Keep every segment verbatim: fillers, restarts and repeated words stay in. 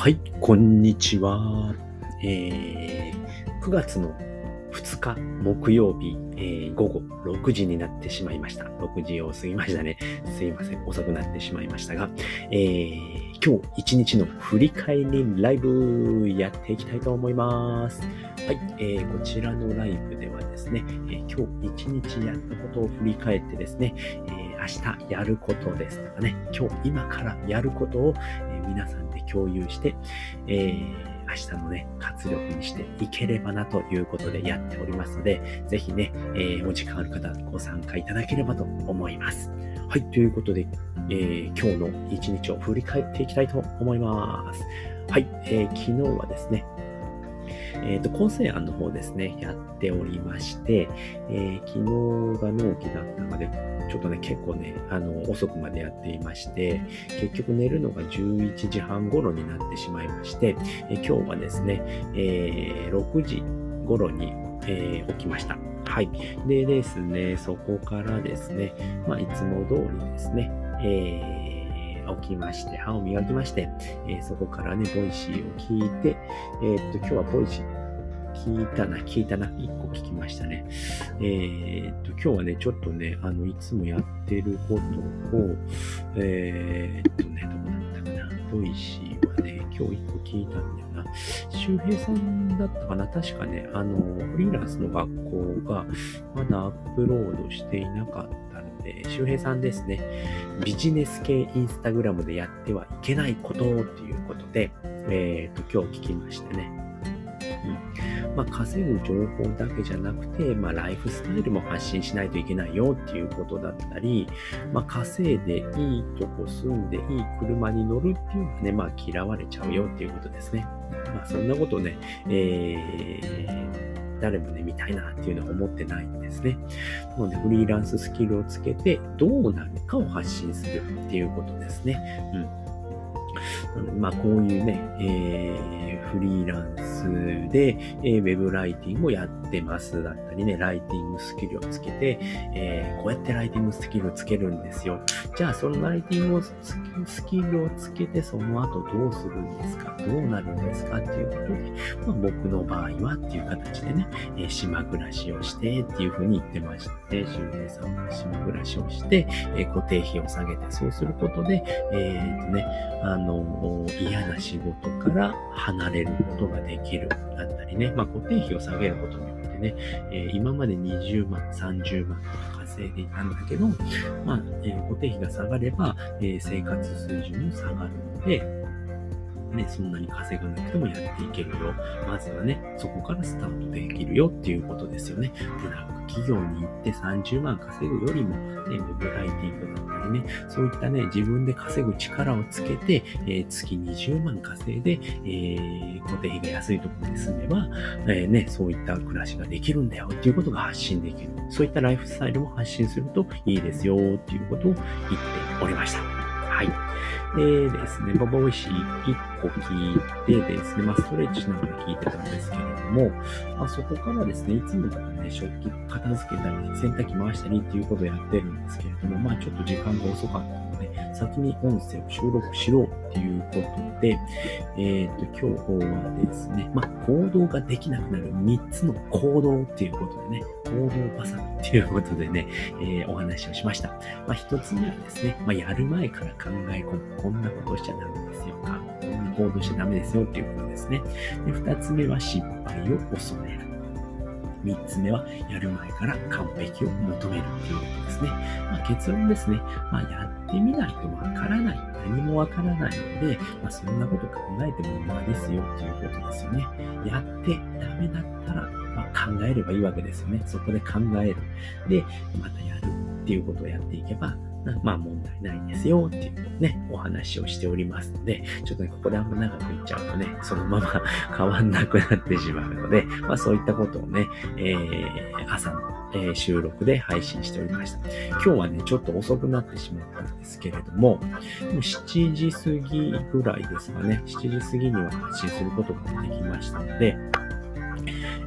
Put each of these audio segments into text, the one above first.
はい、こんにちは。えー、くがつのふつか木曜日、えー、午後ろくじになってしまいました。ろくじを過ぎましたね。すいません。遅くなってしまいましたが、えー、今日一日の振り返りライブやっていきたいと思います。はい、えー、こちらのライブではですね、えー、今日一日やったことを振り返ってですね、えー、明日やることですとかね、今日今からやることを、えー、皆さんで共有して、えー明日のね、活力にしていければなということでやっておりますので、ぜひね、えー、お時間ある方ご参加いただければと思います。はい、ということで、えー、今日の一日を振り返っていきたいと思います。はい、えー、昨日はですね、えっと、構成案の方ですね、やっておりまして、えー、昨日が納期だったので、ちょっとね、結構ね、あの、遅くまでやっていまして、結局寝るのがじゅういちじはん頃になってしまいまして、えー、今日はですね、えー、ろくじ頃に、えー、起きました。はい。でですね、そこからですね、まあ、いつも通りですね、えー起きまして、歯を磨きまして、えー、そこからね、ボイシーを聞いて、えー、っと、今日はボイシー聞いたな、聞いたな、一個聞きましたね。えー、っと、今日はね、ちょっとね、あの、いつもやってることを、えー、っとね、どうだったかな、ボイシーはね、今日一個聞いたんだよな。周平さんだったかな、確かね、あの、フリーランスの学校がまだアップロードしていなかったので、周平さんですね、ビジネス系インスタグラムでやってはいけないことっていうことで、えっと、今日聞きましてね。うん。まあ、稼ぐ情報だけじゃなくて、まあ、ライフスタイルも発信しないといけないよっていうことだったり、まあ、稼いでいいとこ住んでいい車に乗るっていうのはね、まあ、嫌われちゃうよっていうことですね。まあ、そんなことね、えー、誰もね、見たいなっていうのは思ってないんですね。なので、フリーランススキルをつけて、どうなるかを発信するっていうことですね。うん。まあ、こういうね、えー、フリーランスで、えー、ウェブライティングをやってますだったりね、ライティングスキルをつけて、えー、こうやってライティングスキルをつけるんですよ。じゃあ、そのライティングスキルをつけて、その後どうするんですか？どうなるんですか？っていうことで、まあ、僕の場合はっていう形でね、えー、島暮らしをしてっていうふうに言ってまして、周平さんは島暮らしをして、えー、固定費を下げて、そうすることで、えー、とね、あの、嫌な仕事から離れることができるだったりね、まあ、固定費を下げることによってね、えー、今までにじゅうまん、さんじゅうまんとか稼いでいたんだけど、まあ、えー、固定費が下がれば、えー、生活水準も下がるので、ね、そんなに稼がなくてもやっていけるよ。まずはね、そこからスタートできるよっていうことですよね。ブラック企業に行ってさんじゅうまん稼ぐよりも、ね、ウェブライティングだったりね、そういったね、自分で稼ぐ力をつけて、えー、月にじゅうまん稼いで、えー、固定費が安いところに住めば、えー、ね、そういった暮らしができるんだよっていうことが発信できる。そういったライフスタイルも発信するといいですよっていうことを言っておりました。はい。でですね、ボイシーいっこ聞いてですね、まあ、ストレッチしながら聞いてたんですけれども、まあ、そこからですね、いつもだとね、食器片付けたり、洗濯機回したりっていうことをやってるんですけれども、まあ、ちょっと時間が遅かったので、先に音声を収録しろっていうことで、えっと、今日はですね、まあ、行動ができなくなるみっつの行動っていうことでね、行動バサミっていうことでね、えー、お話をしました。まあ、一つ目はですね、まあ、やる前から考え込む。こんなことをしちゃダメですよか。こんな行動しちゃダメですよっていうことですね。で、二つ目は失敗を恐れる。三つ目はやる前から完璧を求めるっていうことですね。まあ、結論ですね。まあ、やってみないとわからない。何もわからないので、まあ、そんなこと考えても無駄ですよっていうことですよね。やってダメだったら、まあ、考えればいいわけですよね。そこで考える。で、またやるっていうことをやっていけば、まあ問題ないですよっていうね、お話をしておりますので、ちょっとね、ここであんま長く言っちゃうとね、そのまま変わんなくなってしまうので、まあそういったことをね、えー、朝の、えー、収録で配信しておりました。今日はね、ちょっと遅くなってしまったんですけれども、しちじ過ぎぐらいですかね、しちじ過ぎには発信することができましたので、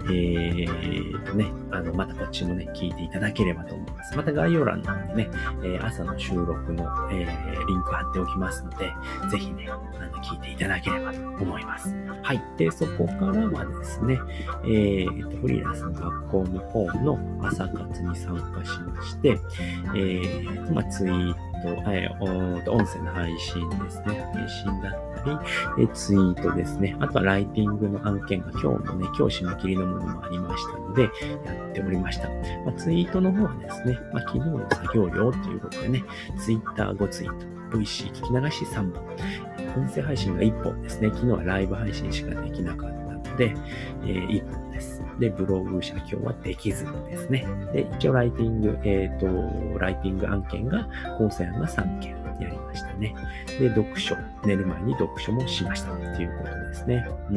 ー、とね、あの、またこっちもね、聞いていただければと思います。また概要欄の方にね、えー、朝の収録の、えー、リンク貼っておきますので、ぜひね、あの、聞いていただければと思います。はい。で、そこからはですね、えー、と、フリーランスの学校の方の朝活に参加しまして、えー、まあ、ツイート、えー、音声の配信ですね、配信だったり、えー、ツイートですね、あとはライティングの案件が今日のね、今日締め切りのものもありましたので、やっておりました。まあ、ツイートの方はですね、まあ、昨日の作業量ということでね、ツイッターごツイート、ブイシー 聞き流しさんぼん、音声配信がいっぽんですね、昨日はライブ配信しかできなかったので、えー、いっぽんです。で、ブログ写経はできずですね。で、一応ライティング、えっと、ライティング案件が、構成案がさんけんやりましたね。で、読書、寝る前に読書もしましたっていうことですね。うん。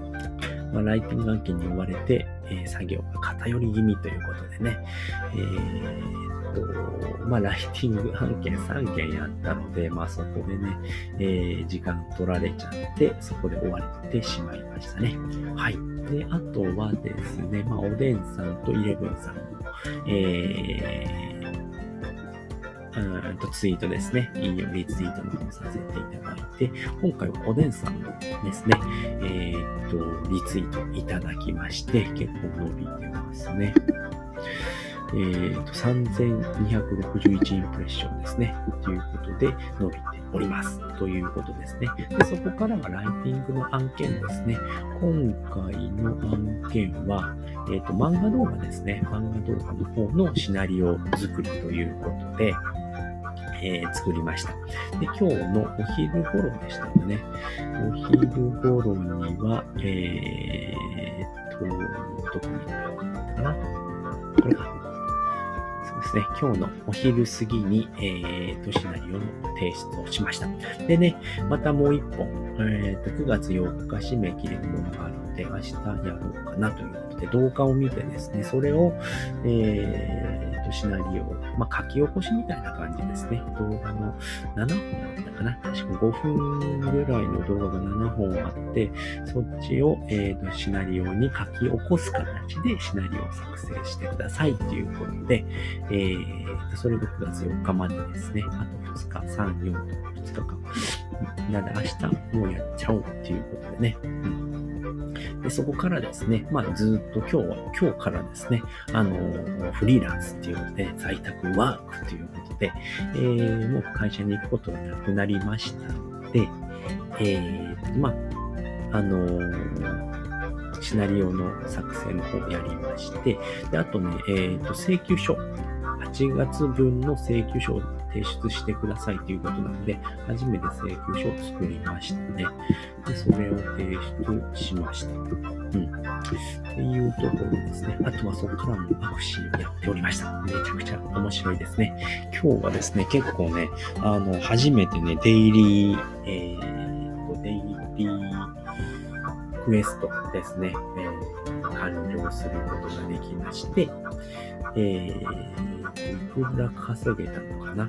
まあ、ライティング案件に追われて、えー、作業が偏り気味ということでね、えー、っと、まあ、ライティング案件さんけんやったので、まあ、そこでね、えー、時間取られちゃって、そこで終わってしまいましたね。はい。で、あとはですね、まあ、おでんさんとイレブンさんの、えー、うんとツイートですね。引用リツイートの方させていただいて、今回はおでんさんのですね、えー、っと、リツイートいただきまして、結構伸びてますね。えー、っと、さんぜんにひゃくろくじゅういちインプレッションですね。ということで、伸びております。ということですね。で、そこからはライティングの案件ですね。今回の案件は、えー、っと、漫画動画ですね。漫画動画の方のシナリオ作りということで、えー、作りました。で、今日のお昼頃でしたよね。お昼頃には、えー、っと、どこ見たらよかったかな。これか。そうですね。今日のお昼過ぎに、えー、っと、シナリオの提出をしました。でね、またもう一本、えー、っと、くがつよっか締め切りのものがあるので、明日やろうかなということで、動画を見てですね、それを、えー、シナリオ、まあ、書き起こしみたいな感じですね。動画のななほんだったかな。確かごふんぐらいの動画がななほんあって、そっちを、えーと、シナリオに書き起こす形でシナリオを作成してくださいということで、えーと、それがくがつよっかまでですね。あとふつか、さん、よん、ふつかか。なので明日もうやっちゃおうっていうことでね。うんでそこからですね、まあずっと今日は、今日からですね、あのー、フリーランスっていうことで、在宅ワークということで、えー、もう会社に行くことがなくなりましたので、えー、まあ、あのー、シナリオの作成の方をやりまして、で、あとね、えーと、請求書、はちがつぶんの請求書を提出してくださいということなので、初めて請求書を作りましたね。で、それを提出しました。うん。っていうところですね。あとはそこからもアクシーやっておりました。めちゃくちゃ面白いですね。今日はですね、結構ね、あの、初めてね、デイリー、えーと、デイリークエストですね、えー、完了することができまして、えー、いくら稼げたのかなう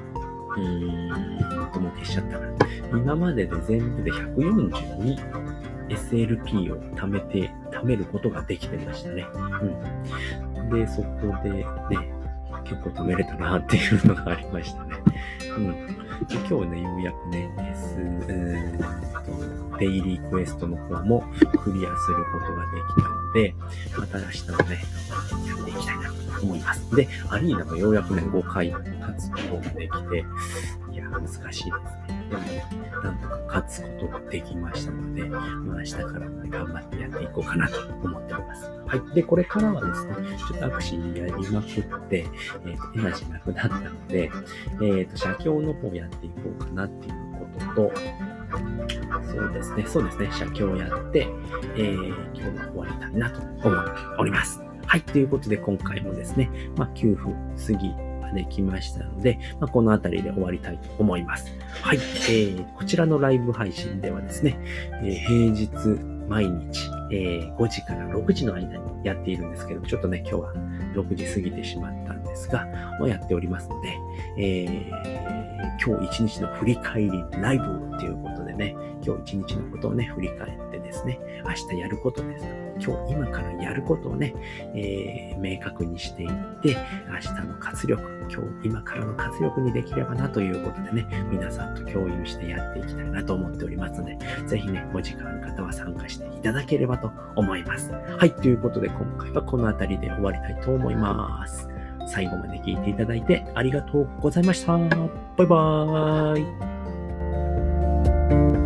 ーんと、もう消しちゃったな。今までで全部でひゃくよんじゅうに エスエルピー を貯めて、貯めることができてましたね。うん。で、そこでね、結構貯めれたなっていうのがありましたね。うん。で今日ね、ようやくね、S、えーと、デイリークエストの方もクリアすることができたので、また明日もね、やっていきたいなと思います。で、アリーナがようやくね、ごかい勝つことができて、いや、難しいですね。でも、なんとか勝つことができましたので、まあ、明日からもね、頑張ってやっていこうかなと思っております。はい。で、これからはですね、ちょっとアクシーやりまくって、えー、エナジーなくなったので、えっと、写経の方をやっていこうかなっていうことと、そうですね、そうですね、写経をやって、えー、今日は終わりたいなと思っております。はい。ということで、今回もですね、まあ、きゅうふん過ぎまで来ましたので、まあ、このあたりで終わりたいと思います。はい。えー、こちらのライブ配信ではですね、えー、平日毎日、えー、ごじからろくじの間にやっているんですけど、ちょっとね、今日はろくじ過ぎてしまったんですが、もうやっておりますので、えー、今日一日の振り返りライブということでね、今日一日のことをね、振り返ってでですね、明日やることですとか、今日今からやることをね、えー、明確にしていって、明日の活力、今日今からの活力にできればなということでね、皆さんと共有してやっていきたいなと思っておりますので、ぜひね、お時間ある方は参加していただければと思います。はい、ということで今回はこの辺りで終わりたいと思います。最後まで聞いていただいてありがとうございました。バイバーイ。